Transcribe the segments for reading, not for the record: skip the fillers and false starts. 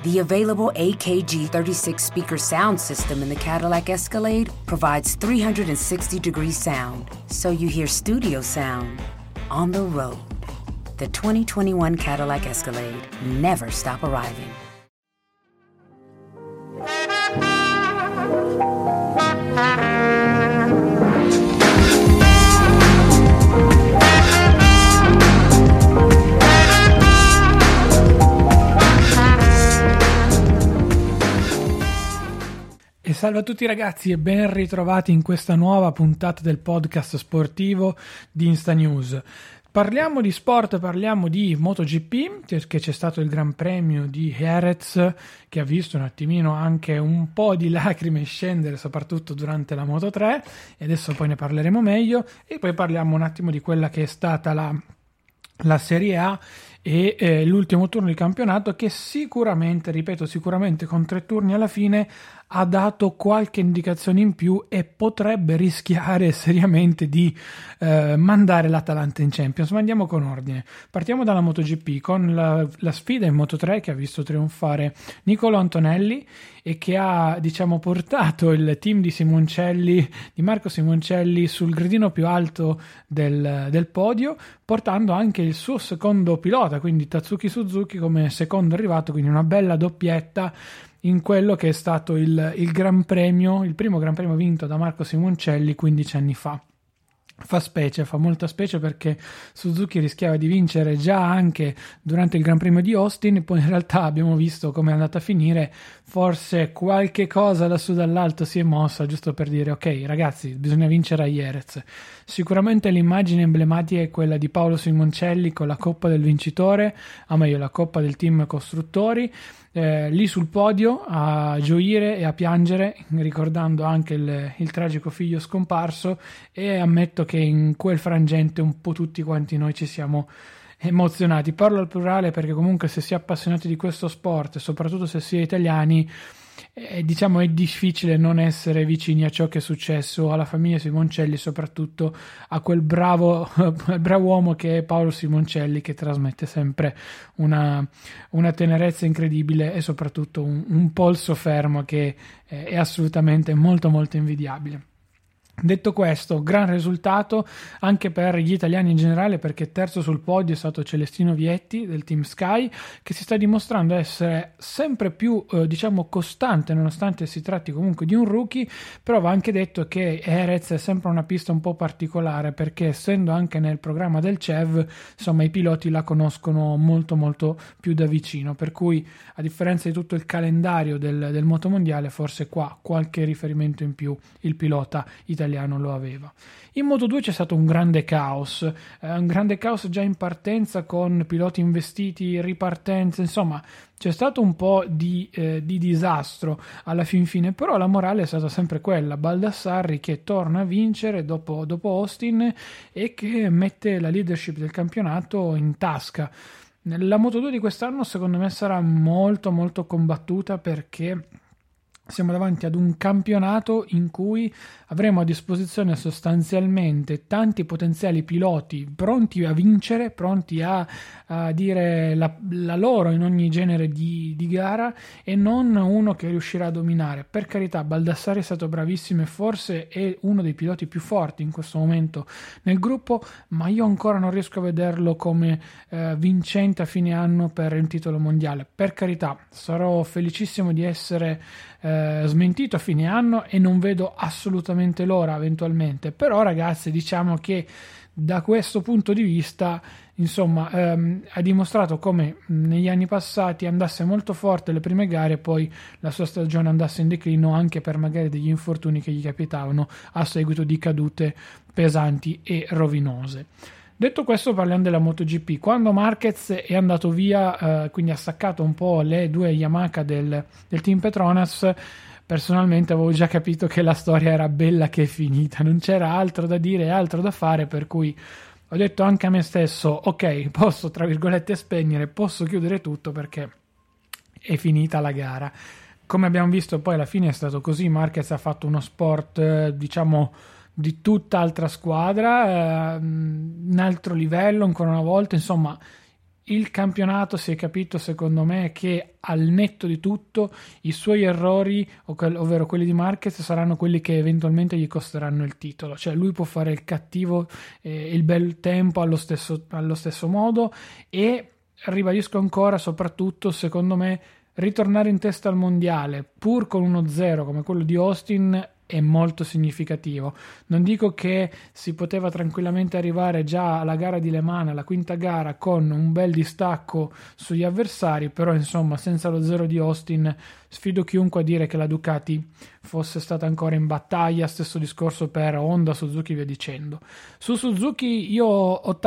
The available AKG 36 speaker sound system in the Cadillac Escalade provides 360-degree sound, so you hear studio sound on the road. The 2021 Cadillac Escalade. Never stop arriving. E salve a tutti ragazzi e ben ritrovati in questa nuova puntata del podcast sportivo di Insta News. Parliamo di sport, parliamo di MotoGP, che c'è stato il Gran Premio di Jerez, che ha visto un attimino anche un po' di lacrime scendere, soprattutto durante la Moto3, e adesso poi ne parleremo meglio, e poi parliamo un attimo di quella che è stata la Serie A e l'ultimo turno di campionato, che sicuramente, ripeto, sicuramente con 3 turni alla fine ha dato qualche indicazione in più e potrebbe rischiare seriamente di mandare l'Atalanta in Champions. Ma andiamo con ordine. Partiamo dalla MotoGP con la sfida in Moto3 che ha visto trionfare Niccolò Antonelli e che ha, diciamo, portato il team di Marco Simoncelli sul gradino più alto del podio, portando anche il suo secondo pilota, quindi Tatsuki Suzuki, come secondo arrivato, quindi una bella doppietta in quello che è stato il Gran Premio, il primo Gran Premio vinto da Marco Simoncelli 15 anni fa. Fa molta specie perché Suzuki rischiava di vincere già anche durante il Gran Premio di Austin, e poi in realtà abbiamo visto come è andata a finire. Forse qualche cosa lassù dall'alto si è mossa, giusto per dire ok ragazzi, bisogna vincere a Jerez. Sicuramente l'immagine emblematica è quella di Paolo Simoncelli con la coppa del vincitore, la coppa del team costruttori, lì sul podio a gioire e a piangere, ricordando anche il tragico figlio scomparso, e ammetto che in quel frangente un po' tutti quanti noi ci siamo emozionati. Parlo al plurale perché comunque se si è appassionati di questo sport e soprattutto se si è italiani, diciamo è difficile non essere vicini a ciò che è successo alla famiglia Simoncelli, soprattutto a quel bravo uomo che è Paolo Simoncelli, che trasmette sempre una tenerezza incredibile e soprattutto un polso fermo che è assolutamente molto molto invidiabile. Detto questo, gran risultato anche per gli italiani in generale, perché terzo sul podio è stato Celestino Vietti del Team Sky, che si sta dimostrando essere sempre più costante, nonostante si tratti comunque di un rookie. Però va anche detto che Jerez è sempre una pista un po' particolare, perché essendo anche nel programma del CEV, insomma i piloti la conoscono molto molto più da vicino, per cui a differenza di tutto il calendario del motomondiale, forse qua qualche riferimento in più il pilota italiano lo aveva. In Moto2 c'è stato un grande caos già in partenza, con piloti investiti, ripartenze, insomma c'è stato un po' di disastro alla fin fine, però la morale è stata sempre quella: Baldassarri che torna a vincere dopo Austin e che mette la leadership del campionato in tasca. La Moto2 di quest'anno secondo me sarà molto molto combattuta, perché siamo davanti ad un campionato in cui avremo a disposizione sostanzialmente tanti potenziali piloti pronti a vincere, pronti a dire la loro in ogni genere di gara, e non uno che riuscirà a dominare. Per carità, Baldassarri è stato bravissimo e forse è uno dei piloti più forti in questo momento nel gruppo, ma io ancora non riesco a vederlo come vincente a fine anno per il titolo mondiale. Per carità, sarò felicissimo di essere smentito a fine anno e non vedo assolutamente l'ora eventualmente, però ragazzi, diciamo che da questo punto di vista insomma ha dimostrato come negli anni passati andasse molto forte le prime gare e poi la sua stagione andasse in declino, anche per magari degli infortuni che gli capitavano a seguito di cadute pesanti e rovinose. Detto questo, parliamo della MotoGP. Quando Marquez è andato via, quindi ha staccato un po' le due Yamaha del team Petronas, personalmente avevo già capito che la storia era bella che è finita, non c'era altro da dire e altro da fare, per cui ho detto anche a me stesso ok, posso tra virgolette spegnere, posso chiudere tutto perché è finita la gara. Come abbiamo visto poi alla fine è stato così. Marquez ha fatto uno sport diciamo di tutt'altra squadra, un altro livello ancora una volta, insomma il campionato si è capito secondo me che al netto di tutto i suoi errori, ovvero quelli di Marquez, saranno quelli che eventualmente gli costeranno il titolo. Cioè lui può fare il cattivo e il bel tempo allo stesso modo, e ribadisco ancora, soprattutto secondo me, ritornare in testa al mondiale pur con 1-0 come quello di Austin è molto significativo. Non dico che si poteva tranquillamente arrivare già alla gara di Le Mans, alla quinta gara, con un bel distacco sugli avversari, però insomma senza lo 0 di Austin sfido chiunque a dire che la Ducati fosse stata ancora in battaglia. Stesso discorso per Honda, Suzuki, via dicendo. Su Suzuki io ho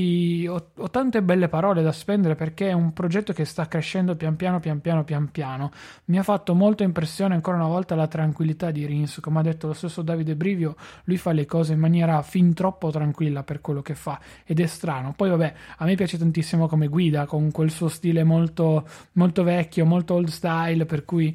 tante belle parole da spendere, perché è un progetto che sta crescendo pian piano. Mi ha fatto molta impressione ancora una volta la tranquillità di Rins. Come ha detto lo stesso Davide Brivio, lui fa le cose in maniera fin troppo tranquilla per quello che fa, ed è strano. Poi vabbè, a me piace tantissimo come guida, con quel suo stile molto, molto vecchio, molto old style, per cui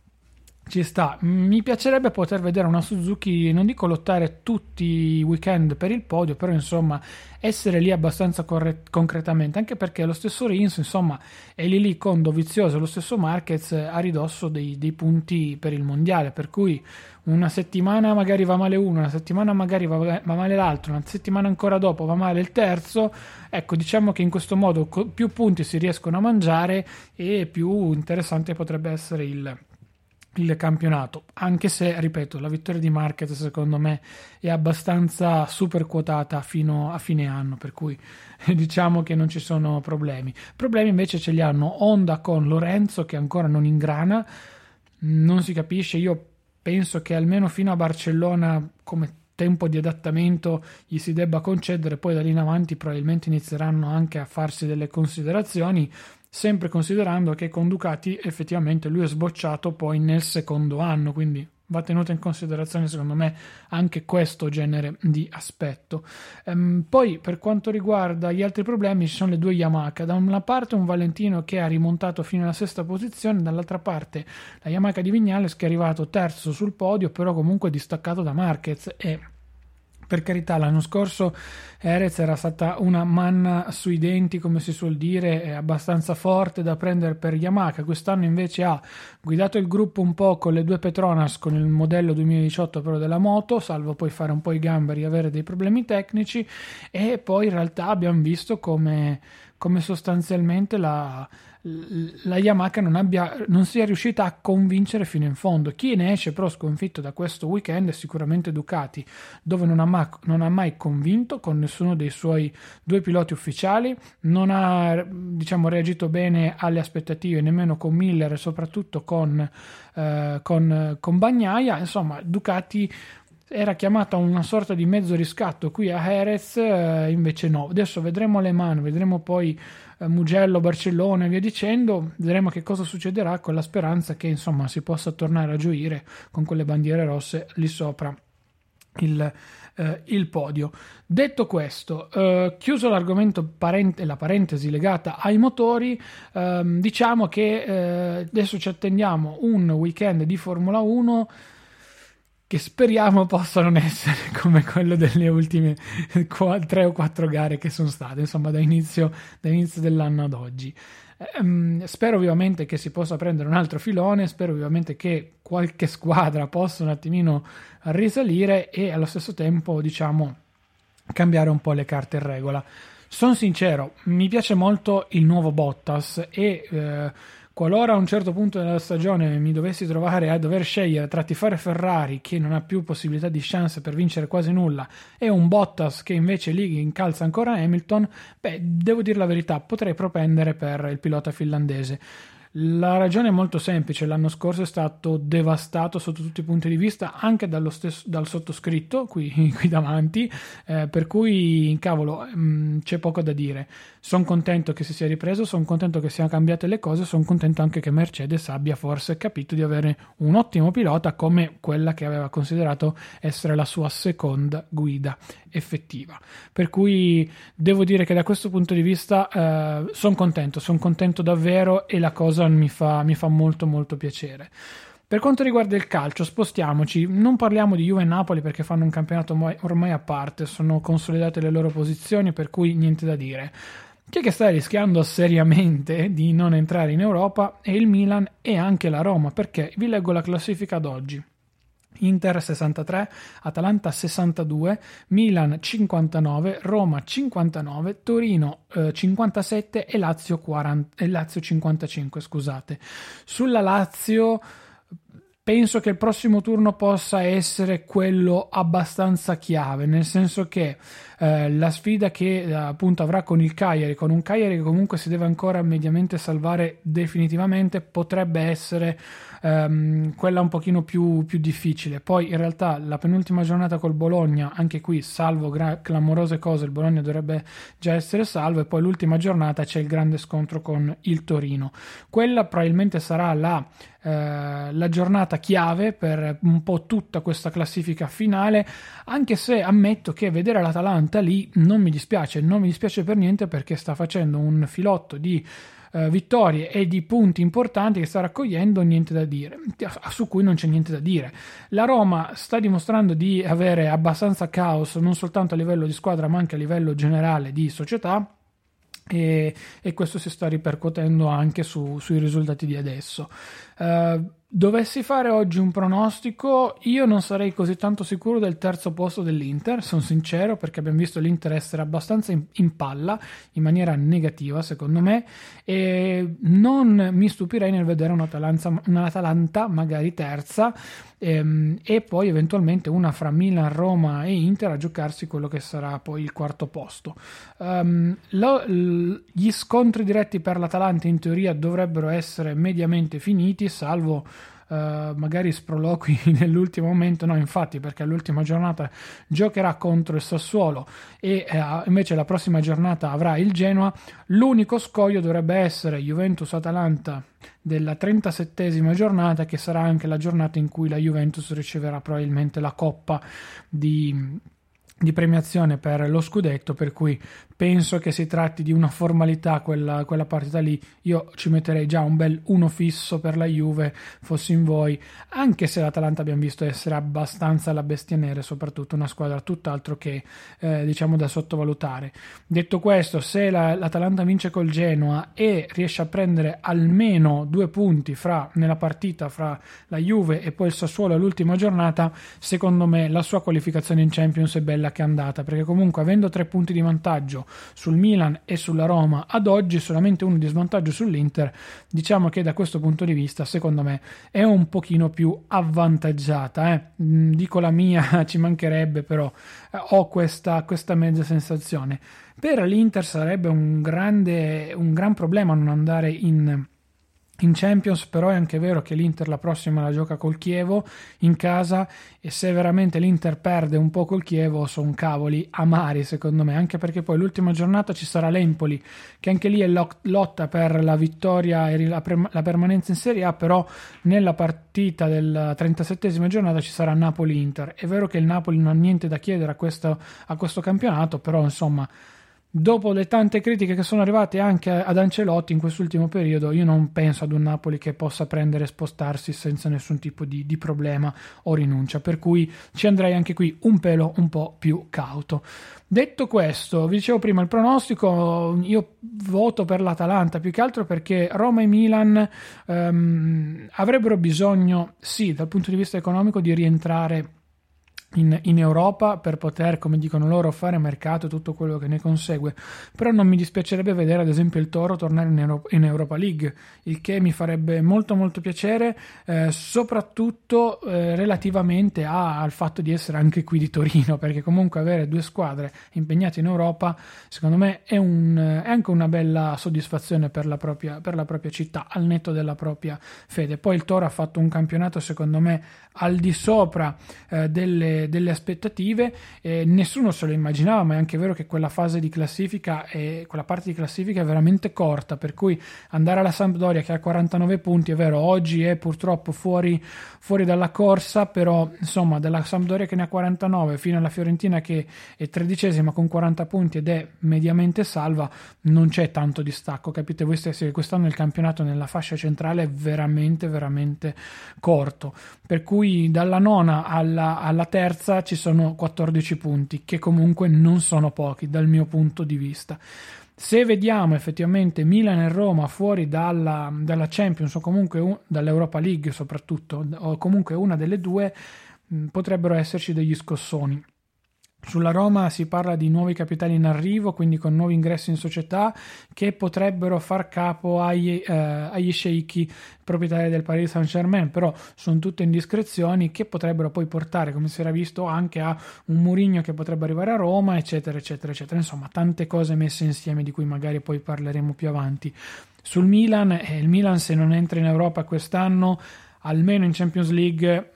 ci sta. Mi piacerebbe poter vedere una Suzuki, non dico lottare tutti i weekend per il podio, però insomma essere lì abbastanza concretamente, anche perché lo stesso Rins insomma è lì con Dovizioso, lo stesso Marquez a ridosso dei punti per il mondiale, per cui una settimana magari va male uno, una settimana magari va male l'altro, una settimana ancora dopo va male il terzo. Ecco, diciamo che in questo modo più punti si riescono a mangiare e più interessante potrebbe essere il campionato, anche se, ripeto, la vittoria di Marquez secondo me è abbastanza super quotata fino a fine anno, per cui diciamo che non ci sono problemi invece ce li hanno Honda con Lorenzo, che ancora non ingrana, non si capisce. Io penso che almeno fino a Barcellona come tempo di adattamento gli si debba concedere, poi da lì in avanti probabilmente inizieranno anche a farsi delle considerazioni, sempre considerando che con Ducati effettivamente lui è sbocciato poi nel secondo anno, quindi va tenuto in considerazione secondo me anche questo genere di aspetto. Poi per quanto riguarda gli altri problemi ci sono le due Yamaha, da una parte un Valentino che ha rimontato fino alla sesta posizione, dall'altra parte la Yamaha di Viñales che è arrivato terzo sul podio, però comunque distaccato da Marquez. E per carità, l'anno scorso Jerez era stata una manna sui denti, come si suol dire, è abbastanza forte da prendere per Yamaha. Quest'anno invece ha guidato il gruppo un po' con le due Petronas, con il modello 2018 però della moto, salvo poi fare un po' i gamberi e avere dei problemi tecnici, e poi in realtà abbiamo visto come sostanzialmente la Yamaha non sia riuscita a convincere fino in fondo. Chi ne esce però sconfitto da questo weekend è sicuramente Ducati, dove non ha mai convinto con nessuno dei suoi due piloti ufficiali, non ha reagito bene alle aspettative nemmeno con Miller e soprattutto con Bagnaia. Insomma, Ducati era chiamata a una sorta di mezzo riscatto qui a Jerez, invece no. Adesso vedremo Le Mans, vedremo poi Mugello, Barcellona e via dicendo, vedremo che cosa succederà, con la speranza che insomma si possa tornare a gioire con quelle bandiere rosse lì sopra il podio. Detto questo, chiuso l'argomento la parentesi legata ai motori, diciamo che adesso ci attendiamo un weekend di Formula 1 che speriamo possa non essere come quello delle ultime 3 o 4 gare che sono state, insomma, da inizio dell'anno ad oggi. Spero vivamente che si possa prendere un altro filone, spero vivamente che qualche squadra possa un attimino risalire e allo stesso tempo, cambiare un po' le carte in regola. Sono sincero, mi piace molto il nuovo Bottas e qualora a un certo punto della stagione mi dovessi trovare a dover scegliere tra tifare Ferrari, che non ha più possibilità di chance per vincere quasi nulla, e un Bottas che invece lì incalza ancora Hamilton, devo dire la verità, potrei propendere per il pilota finlandese. La ragione è molto semplice: l'anno scorso è stato devastato sotto tutti i punti di vista, anche dal sottoscritto qui davanti, per cui cavolo, c'è poco da dire. Sono contento che si sia ripreso, sono contento che siano cambiate le cose, sono contento anche che Mercedes abbia forse capito di avere un ottimo pilota come quella che aveva considerato essere la sua seconda guida effettiva, per cui devo dire che da questo punto di vista sono contento davvero, e la cosa mi fa molto molto piacere. Per quanto riguarda il calcio, spostiamoci, non parliamo di Juve e Napoli perché fanno un campionato ormai a parte, sono consolidate le loro posizioni, per cui niente da dire. Chi è che sta rischiando seriamente di non entrare in Europa è il Milan e anche la Roma, perché vi leggo la classifica ad oggi. Inter 63, Atalanta 62, Milan 59, Roma 59, Torino 57 e Lazio 55, scusate. Sulla Lazio penso che il prossimo turno possa essere quello abbastanza chiave, nel senso che la sfida che appunto avrà con il Cagliari, con un Cagliari che comunque si deve ancora mediamente salvare definitivamente, potrebbe essere quella un pochino più difficile. Poi in realtà la penultima giornata col Bologna, anche qui salvo clamorose cose, il Bologna dovrebbe già essere salvo, e poi l'ultima giornata c'è il grande scontro con il Torino. Quella probabilmente sarà la giornata chiave per un po' tutta questa classifica finale, anche se ammetto che vedere l'Atalanta lì non mi dispiace per niente, perché sta facendo un filotto di vittorie e di punti importanti che sta raccogliendo, niente da dire, su cui non c'è niente da dire. La Roma sta dimostrando di avere abbastanza caos non soltanto a livello di squadra ma anche a livello generale di società, e questo si sta ripercuotendo anche sui risultati di adesso. Dovessi fare oggi un pronostico, io non sarei così tanto sicuro del terzo posto dell'Inter, sono sincero, perché abbiamo visto l'Inter essere abbastanza in palla in maniera negativa secondo me, e non mi stupirei nel vedere un'Atalanta magari terza, e poi eventualmente una fra Milan, Roma e Inter a giocarsi quello che sarà poi il quarto posto. Gli scontri diretti per l'Atalanta in teoria dovrebbero essere mediamente finiti, salvo magari sproloqui nell'ultimo momento. No, infatti, perché all'ultima giornata giocherà contro il Sassuolo e invece la prossima giornata avrà il Genoa. L'unico scoglio dovrebbe essere Juventus-Atalanta della 37esima giornata, che sarà anche la giornata in cui la Juventus riceverà probabilmente la coppa di premiazione per lo scudetto, per cui penso che si tratti di una formalità quella partita lì. Io ci metterei già un bel 1 fisso per la Juve, fossi in voi, anche se l'Atalanta abbiamo visto essere abbastanza la bestia nera, soprattutto una squadra tutt'altro che diciamo da sottovalutare. Detto questo, se l'Atalanta vince col Genoa e riesce a prendere almeno 2 punti nella partita fra la Juve e poi il Sassuolo all'ultima giornata, secondo me la sua qualificazione in Champions è bella che è andata, perché comunque avendo 3 punti di vantaggio sul Milan e sulla Roma ad oggi, solamente 1 di svantaggio sull'Inter, diciamo che da questo punto di vista secondo me è un pochino più avvantaggiata, dico la mia, ci mancherebbe, però ho questa mezza sensazione. Per l'Inter sarebbe un gran problema non andare in Champions, però è anche vero che l'Inter la prossima la gioca col Chievo in casa, e se veramente l'Inter perde un po' col Chievo sono cavoli amari secondo me, anche perché poi l'ultima giornata ci sarà l'Empoli, che anche lì è lotta per la vittoria e la permanenza in Serie A, però nella partita della 37esima giornata ci sarà Napoli-Inter. È vero che il Napoli non ha niente da chiedere a questo campionato, però insomma, dopo le tante critiche che sono arrivate anche ad Ancelotti in quest'ultimo periodo, io non penso ad un Napoli che possa prendere e spostarsi senza nessun tipo di problema o rinuncia, per cui ci andrei anche qui un po' più cauto. Detto questo, vi dicevo prima il pronostico, io voto per l'Atalanta più che altro perché Roma e Milan avrebbero bisogno, sì, dal punto di vista economico, di rientrare in Europa per poter, come dicono loro, fare mercato e tutto quello che ne consegue, però non mi dispiacerebbe vedere ad esempio il Toro tornare in Europa League, il che mi farebbe molto molto piacere, soprattutto relativamente al fatto di essere anche qui di Torino, perché comunque avere 2 squadre impegnate in Europa secondo me è anche una bella soddisfazione per la propria città, al netto della propria fede. Poi il Toro ha fatto un campionato secondo me al di sopra delle aspettative, nessuno se lo immaginava, ma è anche vero che quella fase di classifica quella parte di classifica è veramente corta, per cui andare alla Sampdoria che ha 49 punti, è vero, oggi è purtroppo fuori dalla corsa, però insomma dalla Sampdoria che ne ha 49 fino alla Fiorentina che è 13ª con 40 punti ed è mediamente salva, non c'è tanto distacco, capite voi stessi che quest'anno il campionato nella fascia centrale è veramente veramente corto, per cui dalla nona alla terza ci sono 14 punti, che comunque non sono pochi dal mio punto di vista. Se vediamo effettivamente Milan e Roma fuori dalla Champions o comunque dall'Europa League soprattutto, o comunque una delle due, potrebbero esserci degli scossoni. Sulla Roma si parla di nuovi capitali in arrivo, quindi con nuovi ingressi in società che potrebbero far capo agli sceicchi proprietari del Paris Saint-Germain, però sono tutte indiscrezioni che potrebbero poi portare, come si era visto, anche a un Mourinho che potrebbe arrivare a Roma, eccetera eccetera eccetera. Insomma, tante cose messe insieme di cui magari poi parleremo più avanti. Sul Milan, il Milan se non entra in Europa quest'anno, almeno in Champions League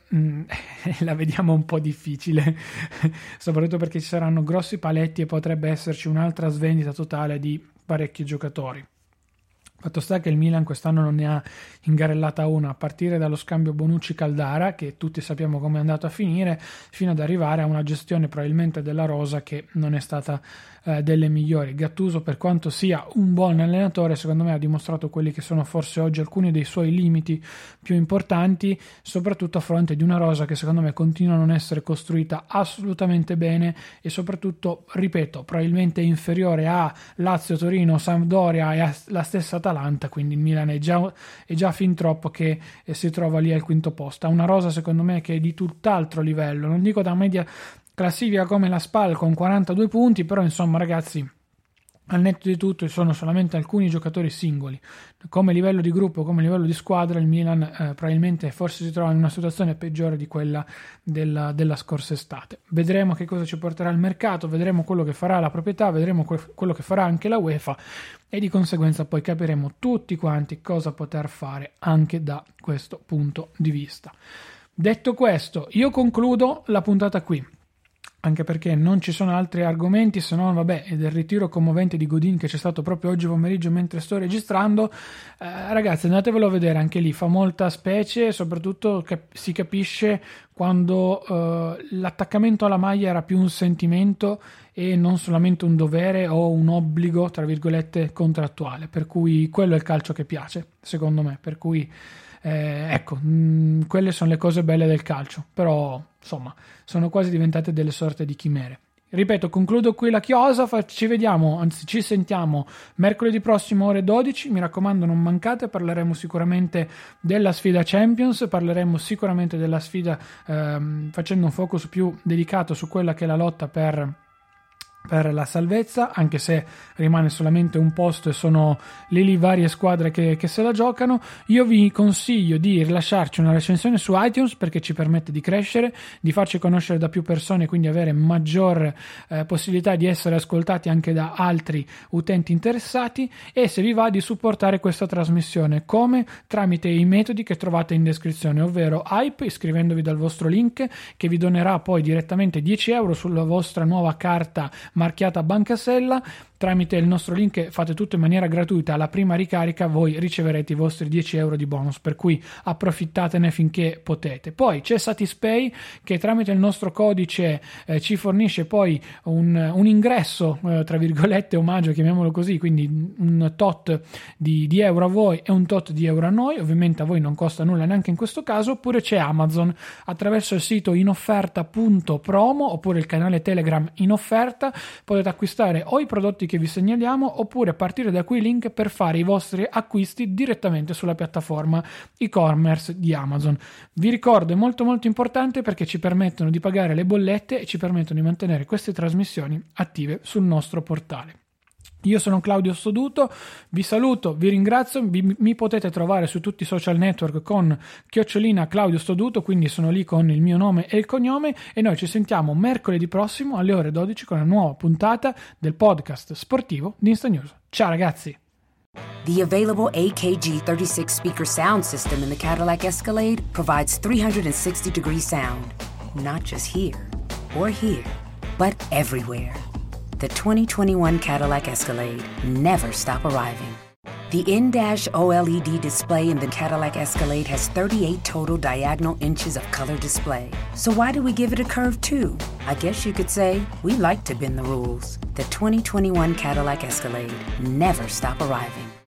la vediamo un po' difficile, soprattutto perché ci saranno grossi paletti e potrebbe esserci un'altra svendita totale di parecchi giocatori. Fatto sta che il Milan quest'anno non ne ha ingarellata una, a partire dallo scambio Bonucci-Caldara, che tutti sappiamo come è andato a finire, fino ad arrivare a una gestione probabilmente della rosa che non è stata delle migliori. Gattuso, per quanto sia un buon allenatore, secondo me ha dimostrato quelli che sono forse oggi alcuni dei suoi limiti più importanti, soprattutto a fronte di una rosa che secondo me continua a non essere costruita assolutamente bene e soprattutto, ripeto, probabilmente inferiore a Lazio, Torino, Sampdoria e alla stessa Atalanta, quindi il Milan è già fin troppo che si trova lì al quinto posto. Ha una rosa secondo me che è di tutt'altro livello, non dico da media classifica come la SPAL con 42 punti, però insomma ragazzi, al netto di tutto sono solamente alcuni giocatori singoli. Come livello di gruppo, come livello di squadra, il Milan probabilmente forse si trova in una situazione peggiore di quella della scorsa estate. Vedremo che cosa ci porterà il mercato, vedremo quello che farà la proprietà, vedremo quello che farà anche la UEFA e di conseguenza poi capiremo tutti quanti cosa poter fare anche da questo punto di vista. Detto questo, io concludo la puntata qui, anche perché non ci sono altri argomenti se non, vabbè, del ritiro commovente di Godin che c'è stato proprio oggi pomeriggio mentre sto registrando. Ragazzi, andatevelo a vedere, anche lì fa molta specie, soprattutto si capisce quando l'attaccamento alla maglia era più un sentimento e non solamente un dovere o un obbligo, tra virgolette, contrattuale, per cui quello è il calcio che piace, secondo me, per cui ecco, quelle sono le cose belle del calcio, però insomma sono quasi diventate delle sorte di chimere. Ripeto, concludo qui la chiosa, ci vediamo, anzi ci sentiamo mercoledì prossimo ore 12, mi raccomando non mancate, parleremo sicuramente della sfida Champions, parleremo sicuramente della sfida facendo un focus più dedicato su quella che è la lotta per la salvezza, anche se rimane solamente un posto e sono lì varie squadre che se la giocano. Io vi consiglio di rilasciarci una recensione su iTunes perché ci permette di crescere, di farci conoscere da più persone, quindi avere maggior possibilità di essere ascoltati anche da altri utenti interessati, e se vi va di supportare questa trasmissione come? Tramite i metodi che trovate in descrizione, ovvero Hype, iscrivendovi dal vostro link che vi donerà poi direttamente 10 euro sulla vostra nuova carta marchiata Bancasella. Tramite il nostro link fate tutto in maniera gratuita, alla prima ricarica voi riceverete i vostri 10 euro di bonus, per cui approfittatene finché potete. Poi c'è Satispay che tramite il nostro codice ci fornisce poi un ingresso tra virgolette omaggio, chiamiamolo così, quindi un tot di euro a voi e un tot di euro a noi, ovviamente a voi non costa nulla neanche in questo caso. Oppure c'è Amazon attraverso il sito inofferta.promo oppure il canale Telegram in offerta, potete acquistare o i prodotti che vi segnaliamo oppure partire da quei link per fare i vostri acquisti direttamente sulla piattaforma e-commerce di Amazon. Vi ricordo, è molto molto importante perché ci permettono di pagare le bollette e ci permettono di mantenere queste trasmissioni attive sul nostro portale. Io sono Claudio Stoduto, vi saluto, vi ringrazio, mi potete trovare su tutti i social network con @Claudio Stoduto, quindi sono lì con il mio nome e il cognome, e noi ci sentiamo mercoledì prossimo alle ore 12 con una nuova puntata del podcast sportivo di Instanews. Ciao ragazzi! The available AKG 36 speaker sound system in the Cadillac Escalade provides 360-degree sound, not just here or here, but everywhere. The 2021 Cadillac Escalade never stop arriving. The in-dash OLED display in the Cadillac Escalade has 38 total diagonal inches of color display. So why do we give it a curve too? I guess you could say we like to bend the rules. The 2021 Cadillac Escalade never stop arriving.